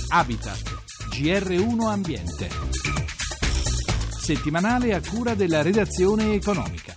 Habitat, GR1 Ambiente. Settimanale a cura della redazione economica.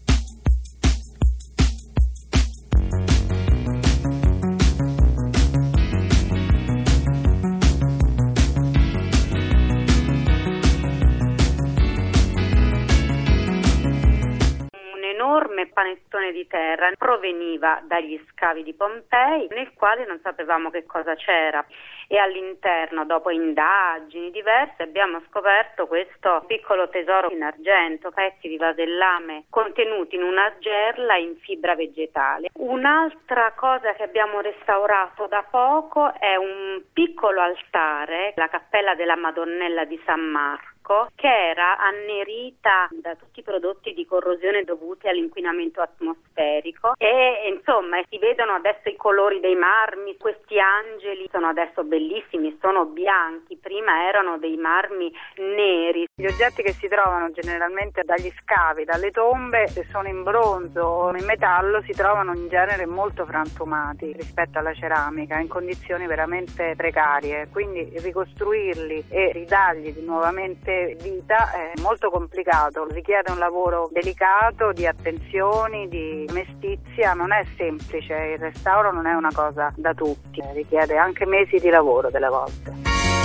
Enorme panettone di terra proveniva dagli scavi di Pompei, nel quale non sapevamo che cosa c'era, e all'interno, dopo indagini diverse, abbiamo scoperto questo piccolo tesoro in argento, pezzi di vasellame contenuti in una gerla in fibra vegetale. Un'altra cosa che abbiamo restaurato da poco è un piccolo altare, la cappella della Madonnella di San Marco, che era annerita da tutti i prodotti di corrosione dovuti all'inquinamento atmosferico, e insomma si vedono adesso i colori dei marmi. Questi angeli sono adesso bellissimi, sono bianchi, prima erano dei marmi neri. Gli oggetti che si trovano generalmente dagli scavi, dalle tombe, se sono in bronzo o in metallo, si trovano in genere molto frantumati rispetto alla ceramica, in condizioni veramente precarie, quindi ricostruirli e ridargli nuovamente vita è molto complicato, richiede un lavoro delicato, di attenzioni, di mestizia, non è semplice, il restauro non è una cosa da tutti, richiede anche mesi di lavoro delle volte.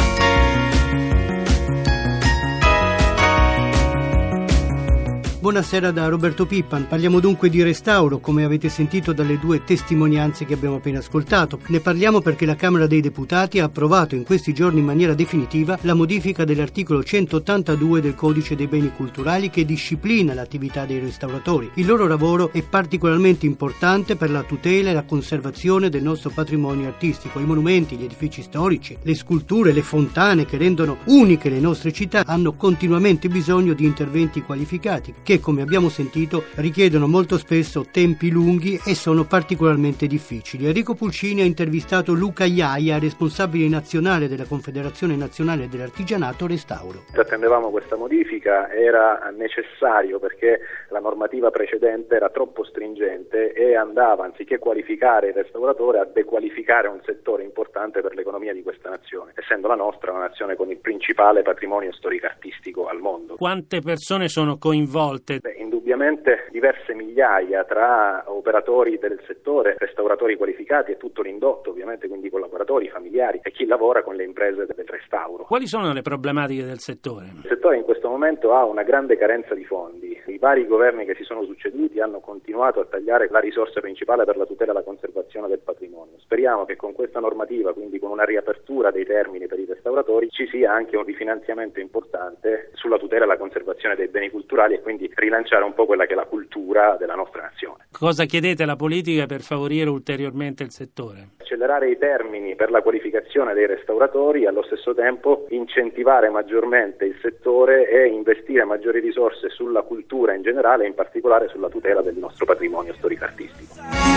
Buonasera da Roberto Pippan. Parliamo dunque di restauro, come avete sentito dalle due testimonianze che abbiamo appena ascoltato. Ne parliamo perché la Camera dei Deputati ha approvato in questi giorni in maniera definitiva la modifica dell'articolo 182 del Codice dei Beni Culturali che disciplina l'attività dei restauratori. Il loro lavoro è particolarmente importante per la tutela e la conservazione del nostro patrimonio artistico. I monumenti, gli edifici storici, le sculture, le fontane che rendono uniche le nostre città hanno continuamente bisogno di interventi qualificati che, come abbiamo sentito, richiedono molto spesso tempi lunghi e sono particolarmente difficili. Enrico Pulcini ha intervistato Luca Iaia, responsabile nazionale della Confederazione Nazionale dell'Artigianato Restauro. Attendevamo questa modifica, era necessario perché la normativa precedente era troppo stringente e andava, anziché qualificare il restauratore, a dequalificare un settore importante per l'economia di questa nazione, essendo la nostra una nazione con il principale patrimonio storico-artistico al mondo. Quante persone sono coinvolte? Indubbiamente diverse migliaia tra operatori del settore, restauratori qualificati e tutto l'indotto, ovviamente, quindi collaboratori, familiari e chi lavora con le imprese del restauro. Quali sono le problematiche del settore? Il settore in questo momento ha una grande carenza di fondi. I vari governi che si sono succeduti hanno continuato a tagliare la risorsa principale per la tutela e la conservazione del patrimonio. Speriamo che con questa normativa, quindi con una riapertura dei termini per i restauratori, ci sia anche un rifinanziamento importante sulla tutela e la conservazione dei beni culturali e quindi rilanciare un po' quella che è la cultura della nostra nazione. Cosa chiedete alla politica per favorire ulteriormente il settore? Accelerare i termini per la qualificazione dei restauratori e allo stesso tempo incentivare maggiormente il settore e investire maggiori risorse sulla cultura in generale e in particolare sulla tutela del nostro patrimonio storico-artistico.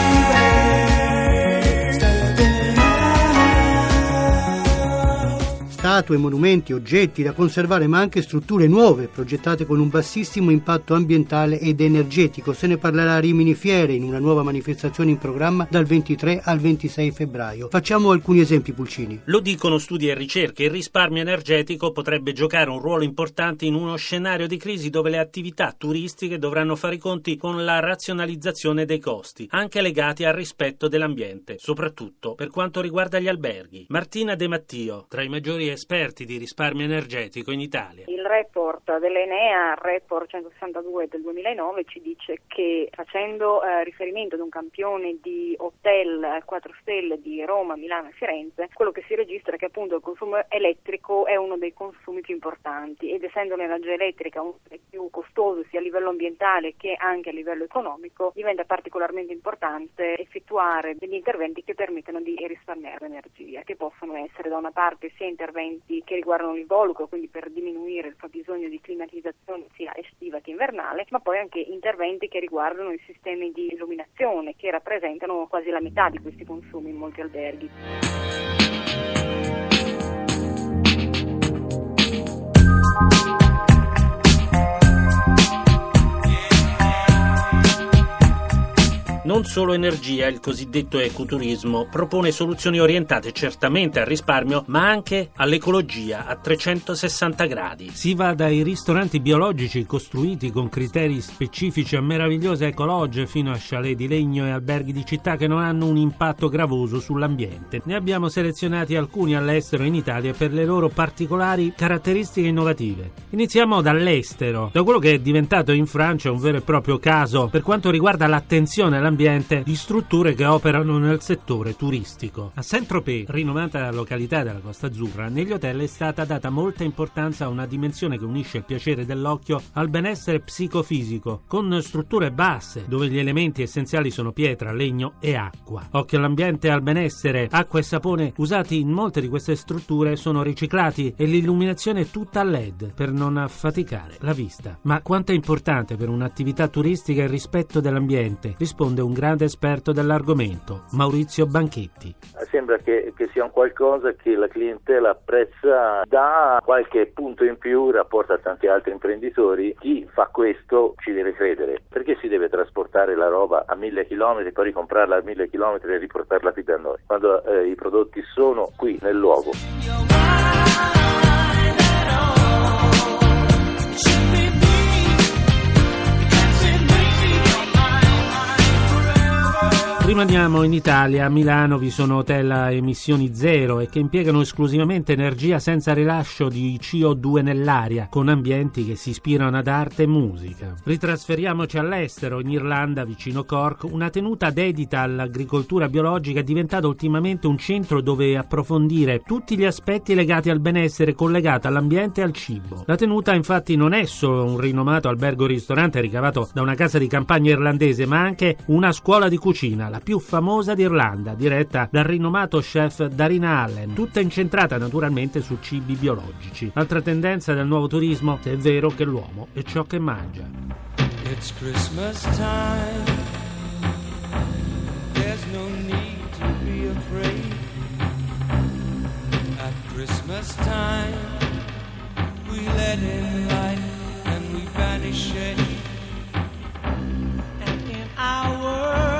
Statue, monumenti, oggetti da conservare, ma anche strutture nuove progettate con un bassissimo impatto ambientale ed energetico. Se ne parlerà a Rimini Fiere in una nuova manifestazione in programma dal 23 al 26 febbraio. Facciamo alcuni esempi, Pulcini. Lo dicono studi e ricerche. Il risparmio energetico potrebbe giocare un ruolo importante in uno scenario di crisi dove le attività turistiche dovranno fare i conti con la razionalizzazione dei costi, anche legati al rispetto dell'ambiente, soprattutto per quanto riguarda gli alberghi. Martina De Mattio, tra i maggiori esperti di risparmio energetico in Italia. Il report dell'Enea, il report 162 del 2009, ci dice che, facendo riferimento ad un campione di hotel 4 stelle di Roma, Milano e Firenze, quello che si registra è che appunto il consumo elettrico è uno dei consumi più importanti, ed essendo l'energia elettrica uno dei più costosi sia a livello ambientale che anche a livello economico, diventa particolarmente importante effettuare degli interventi che permettano di risparmiare energia, che possono essere da una parte sia interventi che riguardano l'involucro, quindi per diminuire il fabbisogno di climatizzazione sia estiva che invernale, ma poi anche interventi che riguardano i sistemi di illuminazione, che rappresentano quasi la metà di questi consumi in molti alberghi. Non solo energia, il cosiddetto ecoturismo propone soluzioni orientate certamente al risparmio, ma anche all'ecologia a 360 gradi. Si va dai ristoranti biologici costruiti con criteri specifici a meravigliose ecologie fino a chalet di legno e alberghi di città che non hanno un impatto gravoso sull'ambiente. Ne abbiamo selezionati alcuni all'estero e in Italia per le loro particolari caratteristiche innovative. Iniziamo dall'estero, da quello che è diventato in Francia un vero e proprio caso per quanto riguarda l'attenzione all'ambiente di strutture che operano nel settore turistico. A Saint-Tropez, rinomata località della Costa Azzurra, negli hotel è stata data molta importanza a una dimensione che unisce il piacere dell'occhio al benessere psicofisico, con strutture basse dove gli elementi essenziali sono pietra, legno e acqua. Occhio all'ambiente e al benessere, acqua e sapone usati in molte di queste strutture sono riciclati e l'illuminazione è tutta a LED per non affaticare la vista. Ma quanto è importante per un'attività turistica il rispetto dell'ambiente? Risponde un grande esperto dell'argomento, Maurizio Banchetti. Sembra che sia un qualcosa che la clientela apprezza, dà qualche punto in più in rapporto a tanti altri imprenditori. Chi fa questo ci deve credere, perché si deve trasportare la roba a 1000 chilometri, poi ricomprarla a 1000 chilometri e riportarla qui da noi, quando i prodotti sono qui nel luogo. Rimaniamo in Italia. A Milano vi sono hotel a emissioni zero e che impiegano esclusivamente energia senza rilascio di CO2 nell'aria, con ambienti che si ispirano ad arte e musica. Ritrasferiamoci all'estero. In Irlanda, vicino Cork, una tenuta dedita all'agricoltura biologica è diventata ultimamente un centro dove approfondire tutti gli aspetti legati al benessere collegato all'ambiente e al cibo. La tenuta infatti non è solo un rinomato albergo-ristorante ricavato da una casa di campagna irlandese, ma anche una scuola di cucina, la più famosa d'Irlanda, diretta dal rinomato chef Darina Allen, tutta incentrata naturalmente su cibi biologici. Altra tendenza del nuovo turismo, se è vero che l'uomo è ciò che mangia. It's Christmas time. There's no need to be afraid. At Christmas time, we let in light and we banish shade. And in our world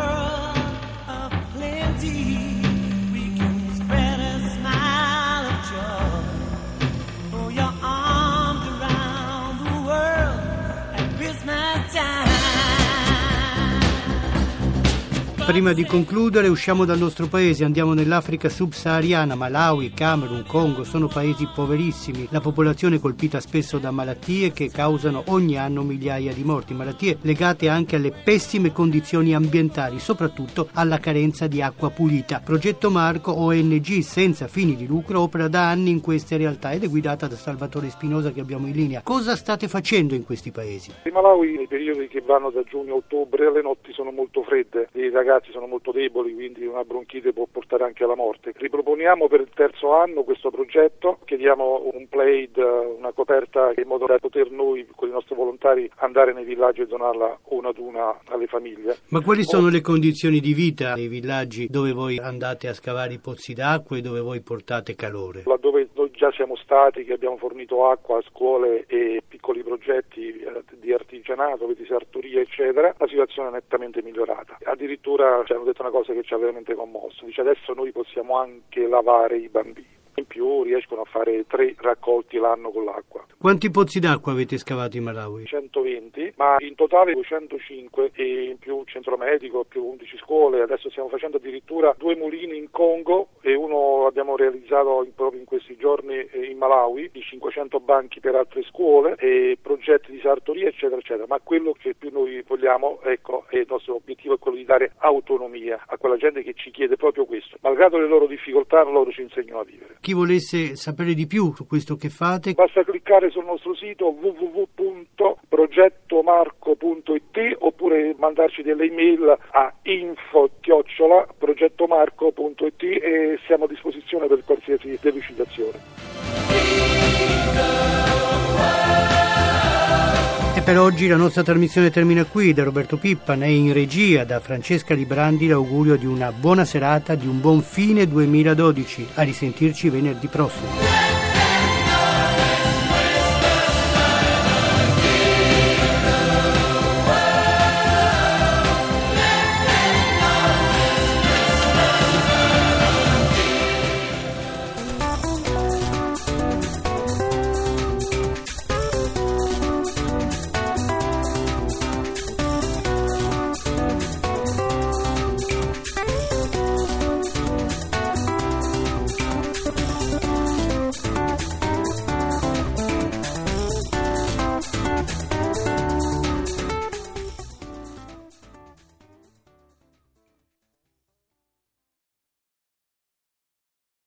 Prima di concludere usciamo dal nostro paese, andiamo nell'Africa subsahariana. Malawi, Camerun, Congo sono paesi poverissimi, la popolazione colpita spesso da malattie che causano ogni anno migliaia di morti, malattie legate anche alle pessime condizioni ambientali, soprattutto alla carenza di acqua pulita. Progetto Marco, ONG senza fini di lucro, opera da anni in queste realtà ed è guidata da Salvatore Spinosa che abbiamo in linea. Cosa state facendo in questi paesi? In Malawi, nei periodi che vanno da giugno a ottobre, le notti sono molto fredde, i ragazzi sono molto deboli, quindi una bronchite può portare anche alla morte. Riproponiamo per il terzo anno questo progetto, chiediamo un plaid, una coperta in modo da poter noi con i nostri volontari andare nei villaggi e donarla una ad una alle famiglie. Ma quali sono le condizioni di vita nei villaggi dove voi andate a scavare i pozzi d'acqua e dove voi portate calore? Laddove noi già siamo stati, che abbiamo fornito acqua a scuole e piccoli progetti di artigianato, di sartoria eccetera, la situazione è nettamente migliorata. Addirittura ci hanno detto una cosa che ci ha veramente commosso, dice adesso noi possiamo anche lavare i bambini. In più riescono a fare 3 raccolti l'anno con l'acqua. Quanti pozzi d'acqua avete scavato in Malawi? 120, ma in totale 205 e in più centro medico, più 11 scuole. Adesso stiamo facendo addirittura 2 mulini in Congo e uno abbiamo realizzato proprio in questi giorni in Malawi, di 500 banchi per altre scuole e progetti di sartoria eccetera eccetera. Ma quello che più noi vogliamo, ecco, e il nostro obiettivo è quello di dare autonomia a quella gente che ci chiede proprio questo. Malgrado le loro difficoltà, loro ci insegnano a vivere. Chi volesse sapere di più su questo che fate, basta cliccare sul nostro sito www.progettomarco.it oppure mandarci delle email a info@progettomarco.it e siamo a disposizione per qualsiasi delucidazione. E per oggi la nostra trasmissione termina qui. Da Roberto Pippan e in regia da Francesca Librandi l'augurio di una buona serata, di un buon fine 2012. A risentirci venerdì prossimo.